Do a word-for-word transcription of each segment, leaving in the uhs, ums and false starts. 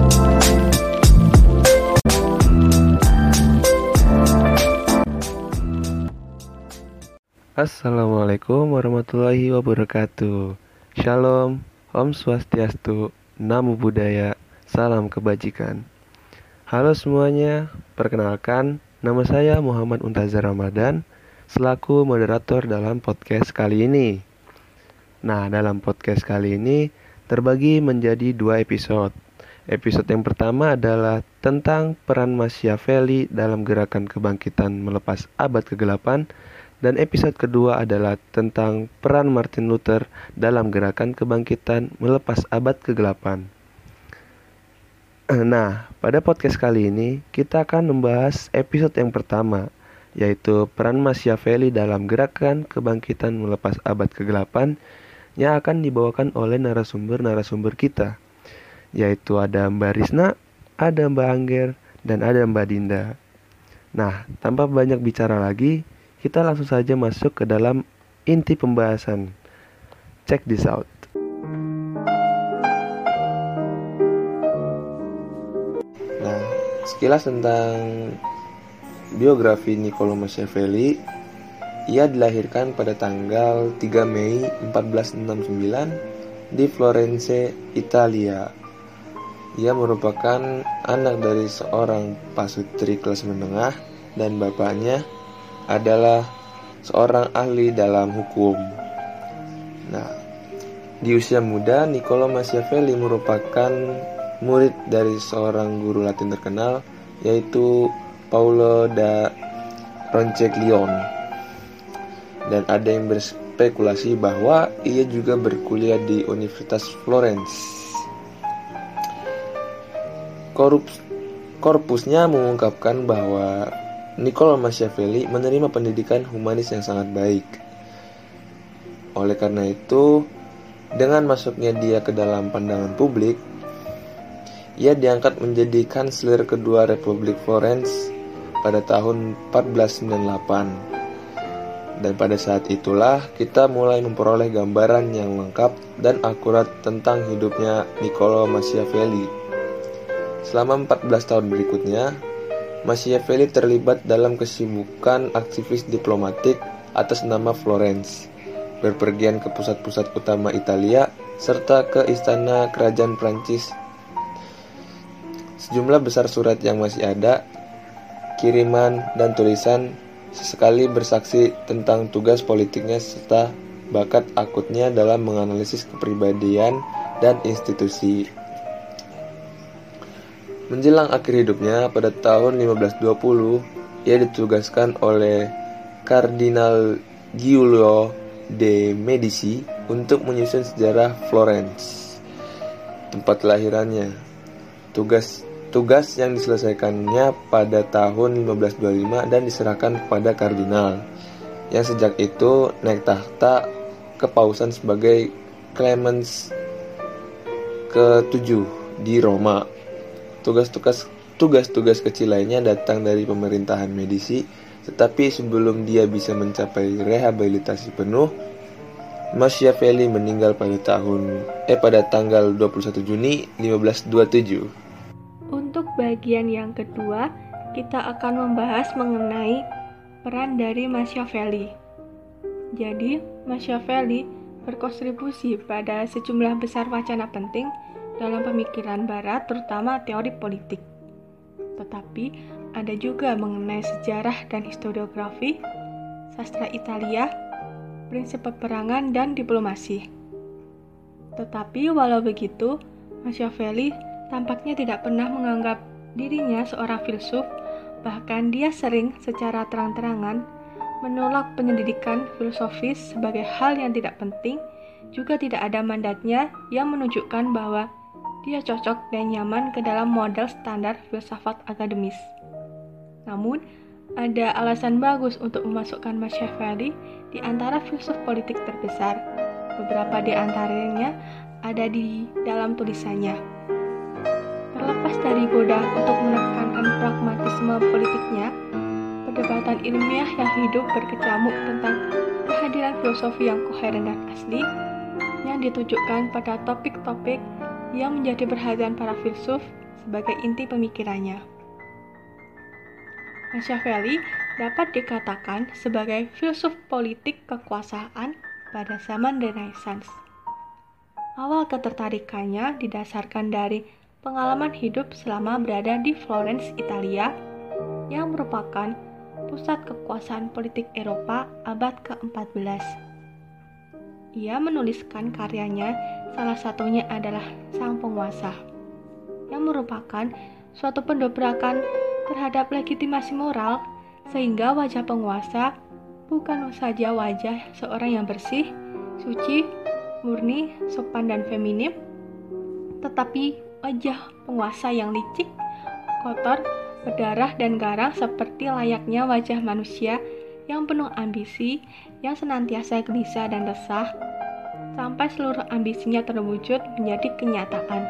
Assalamualaikum warahmatullahi wabarakatuh. Shalom, Om Swastiastu, Namo Buddhaya, Salam Kebajikan. Halo semuanya, perkenalkan nama saya Muhammad Muntazar Ramadan selaku moderator dalam podcast kali ini. Nah, dalam podcast kali ini terbagi menjadi dua episode. Episode yang pertama adalah tentang peran Machiavelli dalam gerakan kebangkitan melepas abad kegelapan. Dan episode kedua adalah tentang peran Martin Luther dalam gerakan kebangkitan melepas abad kegelapan. Nah, pada podcast kali ini kita akan membahas episode yang pertama, yaitu peran Machiavelli dalam gerakan kebangkitan melepas abad kegelapan yang akan dibawakan oleh narasumber-narasumber kita, yaitu ada Mbak Risna, ada Mbak Angger, dan ada Mbak Dinda. Nah, tanpa banyak bicara lagi, kita langsung saja masuk ke dalam inti pembahasan. Check this out. Nah, sekilas tentang biografi Niccolò Machiavelli. Ia dilahirkan pada tanggal tiga Mei empat belas enam puluh sembilan di Florence, Italia. Ia merupakan anak dari seorang pasutri kelas menengah dan bapaknya adalah seorang ahli dalam hukum. Nah, di usia muda, Niccolò Machiavelli merupakan murid dari seorang guru Latin terkenal, yaitu Paolo da Roncaglione. Dan ada yang berspekulasi bahwa ia juga berkuliah di Universitas Florence. Korupsi Korpusnya mengungkapkan bahwa Niccolò Machiavelli menerima pendidikan humanis yang sangat baik. Oleh karena itu, dengan masuknya dia ke dalam pandangan publik, ia diangkat menjadi kanselir kedua Republik Florence pada tahun empat belas sembilan puluh delapan. Dan pada saat itulah kita mulai memperoleh gambaran yang lengkap dan akurat tentang hidupnya Niccolò Machiavelli. Selama empat belas tahun berikutnya, Machiavelli terlibat dalam kesibukan aktivis diplomatik atas nama Florence, berpergian ke pusat-pusat utama Italia, serta ke istana kerajaan Prancis. Sejumlah besar surat yang masih ada, kiriman dan tulisan sesekali bersaksi tentang tugas politiknya serta bakat akutnya dalam menganalisis kepribadian dan institusi. Menjelang akhir hidupnya pada tahun lima belas dua puluh, ia ditugaskan oleh Kardinal Giulio de Medici untuk menyusun sejarah Florence, tempat kelahirannya. Tugas tugas yang diselesaikannya pada tahun lima belas dua puluh lima dan diserahkan kepada kardinal, yang sejak itu naik tahta kepausan sebagai Clemens ketujuh di Roma. Tugas-tugas tugas-tugas kecil lainnya datang dari pemerintahan Medici, tetapi sebelum dia bisa mencapai rehabilitasi penuh, Machiavelli meninggal pada tahun eh pada tanggal dua puluh satu Juni lima belas dua puluh tujuh. Untuk bagian yang kedua, kita akan membahas mengenai peran dari Machiavelli. Jadi, Machiavelli berkontribusi pada sejumlah besar wacana penting dalam pemikiran Barat, terutama teori politik. Tetapi ada juga mengenai sejarah dan historiografi, sastra Italia, prinsip peperangan dan diplomasi. Tetapi walau begitu, Machiavelli tampaknya tidak pernah menganggap dirinya seorang filsuf, bahkan dia sering secara terang-terangan menolak penyelidikan filosofis sebagai hal yang tidak penting. Juga tidak ada mandatnya yang menunjukkan bahwa dia cocok dan nyaman ke dalam model standar filsafat akademis. Namun, ada alasan bagus untuk memasukkan Machiavelli di antara filsuf politik terbesar. Beberapa di antaranya ada di dalam tulisannya. Terlepas dari goda untuk menekankan pragmatisme politiknya, perdebatan ilmiah yang hidup berkecamuk tentang kehadiran filosofi yang koheren dan asli, yang ditujukan pada topik-topik yang menjadi perhatian para filsuf sebagai inti pemikirannya. Machiavelli dapat dikatakan sebagai filsuf politik kekuasaan pada zaman Renaissance. Awal ketertarikannya didasarkan dari pengalaman hidup selama berada di Florence, Italia, yang merupakan pusat kekuasaan politik Eropa abad keempat belas. Ia menuliskan karyanya, salah satunya adalah Sang Penguasa, yang merupakan suatu pendobrakan terhadap legitimasi moral, sehingga wajah penguasa bukan saja wajah seorang yang bersih, suci, murni, sopan, dan feminim, tetapi wajah penguasa yang licik, kotor, berdarah, dan garang seperti layaknya wajah manusia yang penuh ambisi, yang senantiasa gelisah dan resah, sampai seluruh ambisinya terwujud menjadi kenyataan.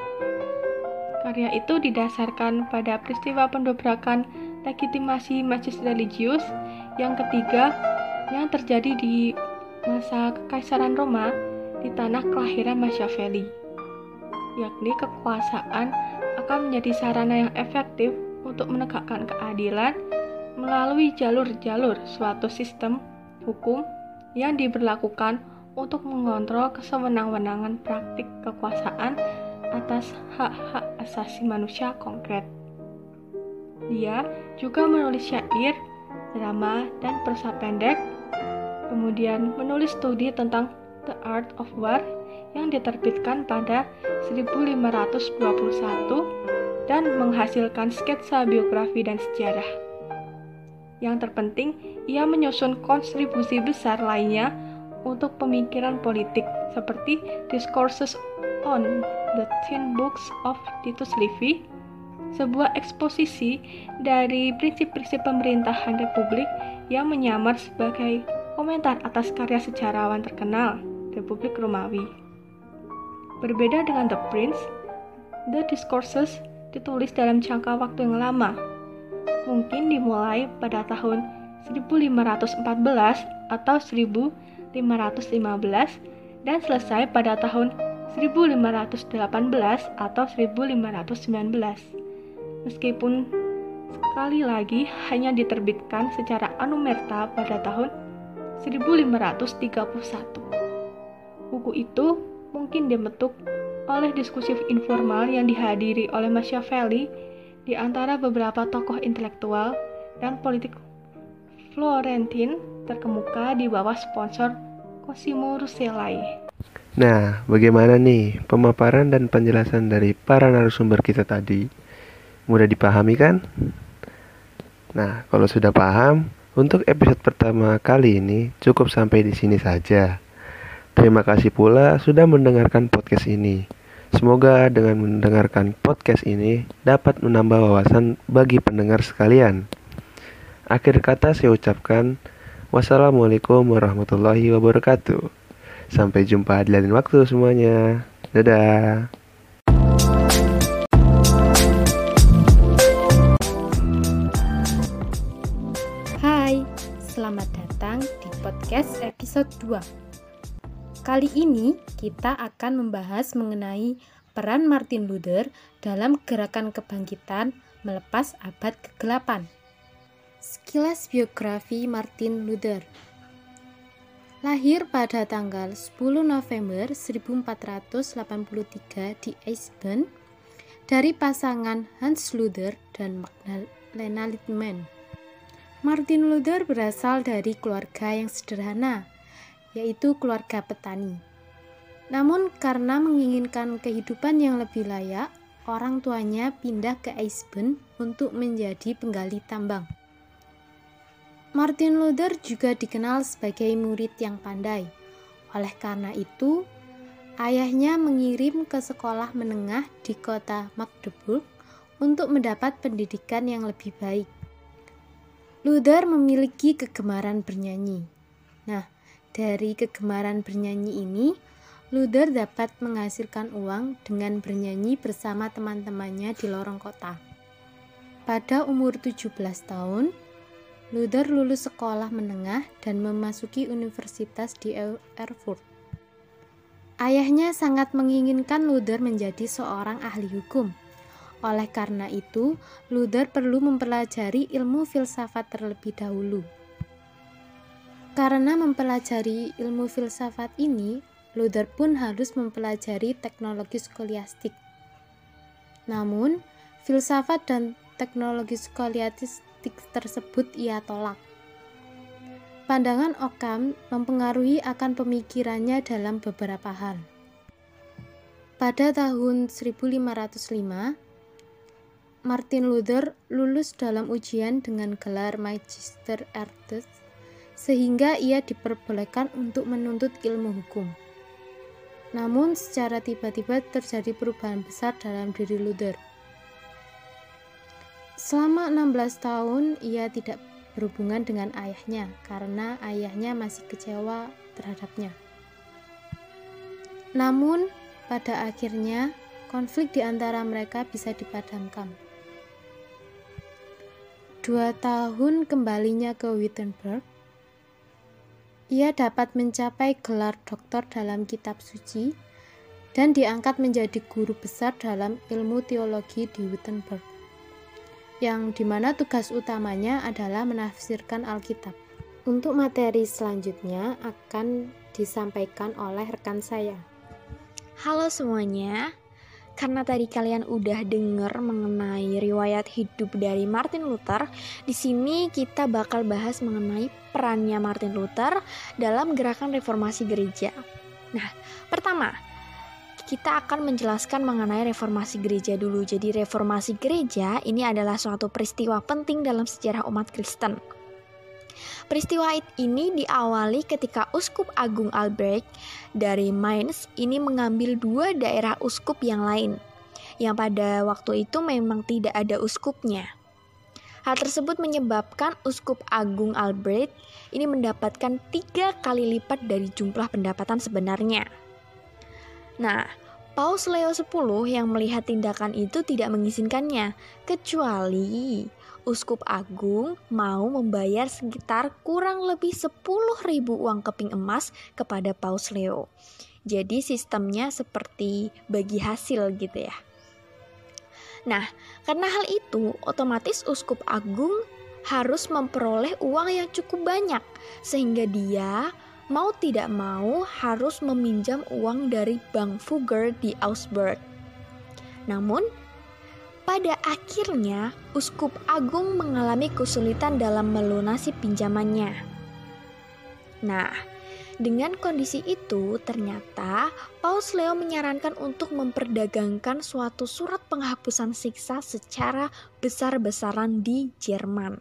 Karya itu didasarkan pada peristiwa pendobrakan legitimasi majelis religius yang ketiga yang terjadi di masa Kekaisaran Roma di tanah kelahiran Machiavelli, yakni kekuasaan akan menjadi sarana yang efektif untuk menegakkan keadilan melalui jalur-jalur suatu sistem hukum yang diberlakukan untuk mengontrol kesewenang-wenangan praktik kekuasaan atas hak-hak asasi manusia konkret. Dia juga menulis syair, drama, dan prosa pendek, kemudian menulis studi tentang The Art of War yang diterbitkan pada seribu lima ratus dua puluh satu dan menghasilkan sketsa biografi dan sejarah. Yang terpenting, ia menyusun kontribusi besar lainnya untuk pemikiran politik seperti Discourses on the Ten Books of Titus Livy, sebuah eksposisi dari prinsip-prinsip pemerintahan republik yang menyamar sebagai komentar atas karya sejarawan terkenal Republik Romawi. Berbeda dengan The Prince, The Discourses ditulis dalam jangka waktu yang lama, mungkin dimulai pada tahun seribu lima ratus empat belas atau seribu lima ratus lima belas dan selesai pada tahun seribu lima ratus delapan belas atau seribu lima ratus sembilan belas. Meskipun sekali lagi hanya diterbitkan secara anumerta pada tahun seribu lima ratus tiga puluh satu. Buku itu mungkin dibentuk oleh diskusi informal yang dihadiri oleh Machiavelli di antara beberapa tokoh intelektual dan politik Florentin terkemuka di bawah sponsor Cosimo Rucellai. Nah, bagaimana nih pemaparan dan penjelasan dari para narasumber kita tadi? Mudah dipahami kan? Nah, kalau sudah paham, untuk episode pertama kali ini cukup sampai di sini saja. Terima kasih pula sudah mendengarkan podcast ini. Semoga dengan mendengarkan podcast ini dapat menambah wawasan bagi pendengar sekalian. Akhir kata saya ucapkan wassalamualaikum warahmatullahi wabarakatuh. Sampai jumpa di lain waktu semuanya. Dadah. Hai, selamat datang di podcast episode dua. Kali ini kita akan membahas mengenai peran Martin Luther dalam gerakan kebangkitan melepas abad kegelapan. Sekilas biografi Martin Luther. Lahir pada tanggal sepuluh November seribu empat ratus delapan puluh tiga di Eisben dari pasangan Hans Luther dan Magdalena Littmann. Martin Luther berasal dari keluarga yang sederhana, yaitu keluarga petani. Namun karena menginginkan kehidupan yang lebih layak, orang tuanya pindah ke Eisben untuk menjadi penggali tambang. Martin Luther juga dikenal sebagai murid yang pandai. Oleh karena itu, ayahnya mengirim ke sekolah menengah di kota Magdeburg untuk mendapat pendidikan yang lebih baik. Luther memiliki kegemaran bernyanyi. Nah, dari kegemaran bernyanyi ini, Luther dapat menghasilkan uang dengan bernyanyi bersama teman-temannya di lorong kota. Pada umur tujuh belas tahun, Luther lulus sekolah menengah dan memasuki universitas di Erfurt. Ayahnya sangat menginginkan Luther menjadi seorang ahli hukum. Oleh karena itu, Luther perlu mempelajari ilmu filsafat terlebih dahulu. Karena mempelajari ilmu filsafat ini, Luther pun harus mempelajari teknologi skolastik. Namun, filsafat dan teknologi skolastik tersebut ia tolak. Pandangan Occam mempengaruhi akan pemikirannya dalam beberapa hal. Pada tahun seribu lima ratus lima, Martin Luther lulus dalam ujian dengan gelar Magister Artes, sehingga ia diperbolehkan untuk menuntut ilmu hukum. Namun secara tiba-tiba terjadi perubahan besar dalam diri Luther. Selama enam belas tahun ia tidak berhubungan dengan ayahnya karena ayahnya masih kecewa terhadapnya. Namun pada akhirnya konflik di antara mereka bisa dipadamkan. Dua tahun kembalinya ke Wittenberg, ia dapat mencapai gelar doktor dalam kitab suci dan diangkat menjadi guru besar dalam ilmu teologi di Wittenberg, yang dimana tugas utamanya adalah menafsirkan Alkitab. Untuk materi selanjutnya akan disampaikan oleh rekan saya. Halo semuanya. Karena tadi kalian udah denger mengenai riwayat hidup dari Martin Luther, di sini kita bakal bahas mengenai perannya Martin Luther dalam gerakan reformasi gereja. Nah, pertama, kita akan menjelaskan mengenai reformasi gereja dulu. Jadi reformasi gereja ini adalah suatu peristiwa penting dalam sejarah umat Kristen. Peristiwa ini diawali ketika Uskup Agung Albrecht dari Mainz ini mengambil dua daerah uskup yang lain, yang pada waktu itu memang tidak ada uskupnya. Hal tersebut menyebabkan Uskup Agung Albrecht ini mendapatkan tiga kali lipat dari jumlah pendapatan sebenarnya. Nah, Paus Leo sepuluh yang melihat tindakan itu tidak mengizinkannya, kecuali Uskup Agung mau membayar sekitar kurang lebih sepuluh ribu uang keping emas kepada Paus Leo. Jadi sistemnya seperti bagi hasil gitu ya. Nah, karena hal itu otomatis Uskup Agung harus memperoleh uang yang cukup banyak, sehingga dia mau tidak mau harus meminjam uang dari Bank Fugger di Augsburg. Namun, pada akhirnya, Uskup Agung mengalami kesulitan dalam melunasi pinjamannya. Nah, dengan kondisi itu, ternyata Paus Leo menyarankan untuk memperdagangkan suatu surat penghapusan siksa secara besar-besaran di Jerman,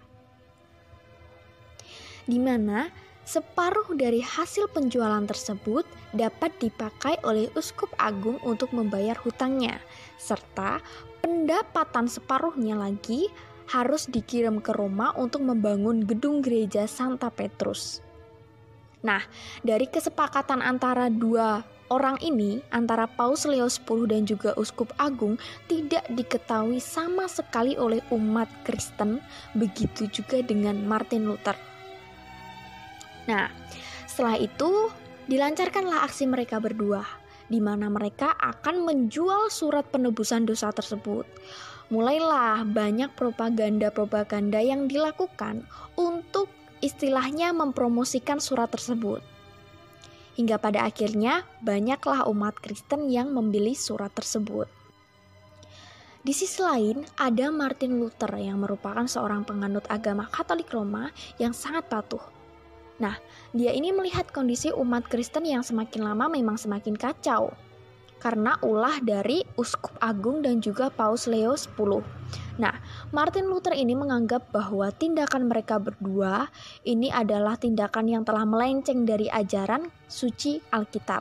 di mana separuh dari hasil penjualan tersebut dapat dipakai oleh Uskup Agung untuk membayar hutangnya, serta pendapatan separuhnya lagi harus dikirim ke Roma untuk membangun gedung gereja Santa Petrus. Nah, dari kesepakatan antara dua orang ini, antara Paus Leo sepuluh dan juga Uskup Agung, tidak diketahui sama sekali oleh umat Kristen, begitu juga dengan Martin Luther. Nah, setelah itu dilancarkanlah aksi mereka berdua, di mana mereka akan menjual surat penebusan dosa tersebut. Mulailah banyak propaganda-propaganda yang dilakukan untuk istilahnya mempromosikan surat tersebut. Hingga pada akhirnya banyaklah umat Kristen yang membeli surat tersebut. Di sisi lain, ada Martin Luther yang merupakan seorang penganut agama Katolik Roma yang sangat patuh. Nah, dia ini melihat kondisi umat Kristen yang semakin lama memang semakin kacau karena ulah dari Uskup Agung dan juga Paus Leo sepuluh. Nah, Martin Luther ini menganggap bahwa tindakan mereka berdua ini adalah tindakan yang telah melenceng dari ajaran suci Alkitab.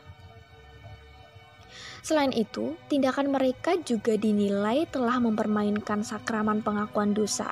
Selain itu, tindakan mereka juga dinilai telah mempermainkan sakramen pengakuan dosa.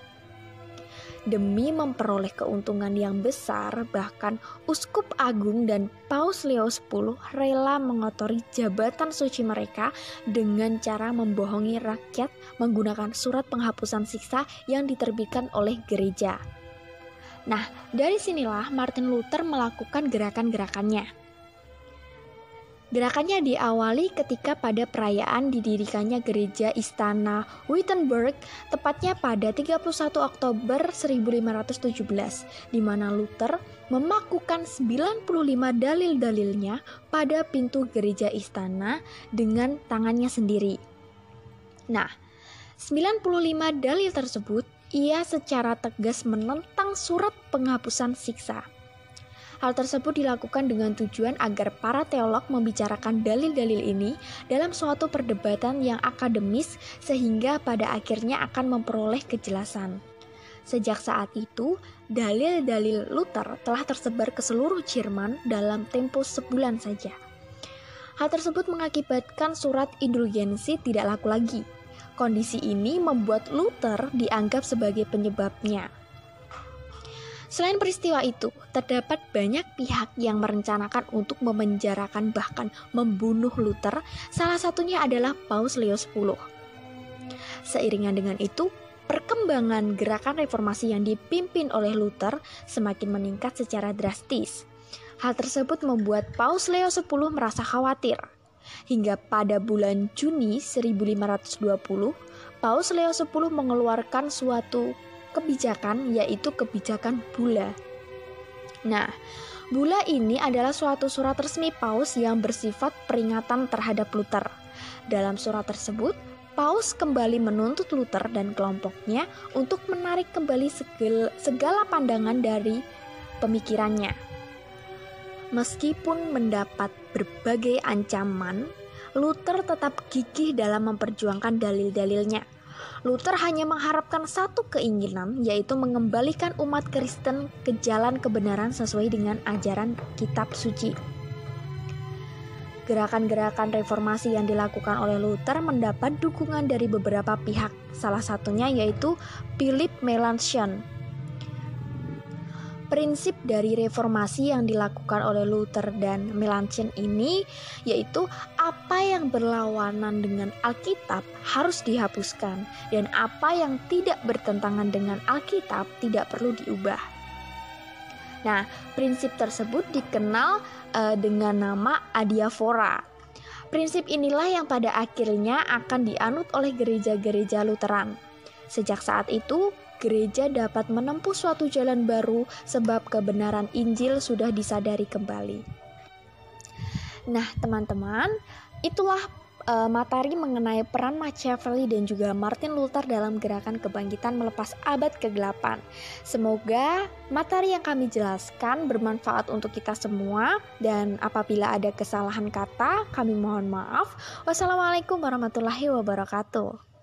Demi memperoleh keuntungan yang besar, bahkan Uskup Agung dan Paus Leo sepuluh rela mengotori jabatan suci mereka dengan cara membohongi rakyat menggunakan surat penghapusan siksa yang diterbitkan oleh gereja. Nah, dari sinilah Martin Luther melakukan gerakan-gerakannya. Gerakannya diawali ketika pada perayaan didirikannya gereja istana Wittenberg, tepatnya pada tiga puluh satu Oktober seribu lima ratus tujuh belas, di mana Luther memakukan sembilan puluh lima dalil-dalilnya pada pintu gereja istana dengan tangannya sendiri. Nah, sembilan puluh lima dalil tersebut ia secara tegas menentang surat penghapusan siksa. Hal tersebut dilakukan dengan tujuan agar para teolog membicarakan dalil-dalil ini dalam suatu perdebatan yang akademis sehingga pada akhirnya akan memperoleh kejelasan. Sejak saat itu, dalil-dalil Luther telah tersebar ke seluruh Jerman dalam tempo sebulan saja. Hal tersebut mengakibatkan surat indulgensi tidak laku lagi. Kondisi ini membuat Luther dianggap sebagai penyebabnya. Selain peristiwa itu, terdapat banyak pihak yang merencanakan untuk memenjarakan bahkan membunuh Luther, salah satunya adalah Paus Leo sepuluh. Seiringan dengan itu, perkembangan gerakan reformasi yang dipimpin oleh Luther semakin meningkat secara drastis. Hal tersebut membuat Paus Leo sepuluh merasa khawatir. Hingga pada bulan Juni seribu lima ratus dua puluh, Paus Leo sepuluh mengeluarkan suatu kebijakan, yaitu kebijakan Bula. Nah, Bula ini adalah suatu surat resmi Paus yang bersifat peringatan terhadap Luther. Dalam surat tersebut, Paus kembali menuntut Luther dan kelompoknya untuk menarik kembali segala, segala pandangan dari pemikirannya. Meskipun mendapat berbagai ancaman, Luther tetap gigih dalam memperjuangkan dalil-dalilnya. Luther hanya mengharapkan satu keinginan, yaitu mengembalikan umat Kristen ke jalan kebenaran sesuai dengan ajaran kitab suci. Gerakan-gerakan reformasi yang dilakukan oleh Luther mendapat dukungan dari beberapa pihak, salah satunya yaitu Philip Melanchthon. Prinsip dari reformasi yang dilakukan oleh Luther dan Melanchthon ini yaitu apa yang berlawanan dengan Alkitab harus dihapuskan dan apa yang tidak bertentangan dengan Alkitab tidak perlu diubah. Nah, prinsip tersebut dikenal uh, dengan nama adiaphora. Prinsip inilah yang pada akhirnya akan dianut oleh gereja-gereja Lutheran. Sejak saat itu, gereja dapat menempuh suatu jalan baru sebab kebenaran Injil sudah disadari kembali. Nah, teman-teman, itulah uh, materi mengenai peran Machiavelli dan juga Martin Luther dalam gerakan kebangkitan melepas abad kegelapan. Semoga materi yang kami jelaskan bermanfaat untuk kita semua, dan apabila ada kesalahan kata, kami mohon maaf. Wassalamualaikum warahmatullahi wabarakatuh.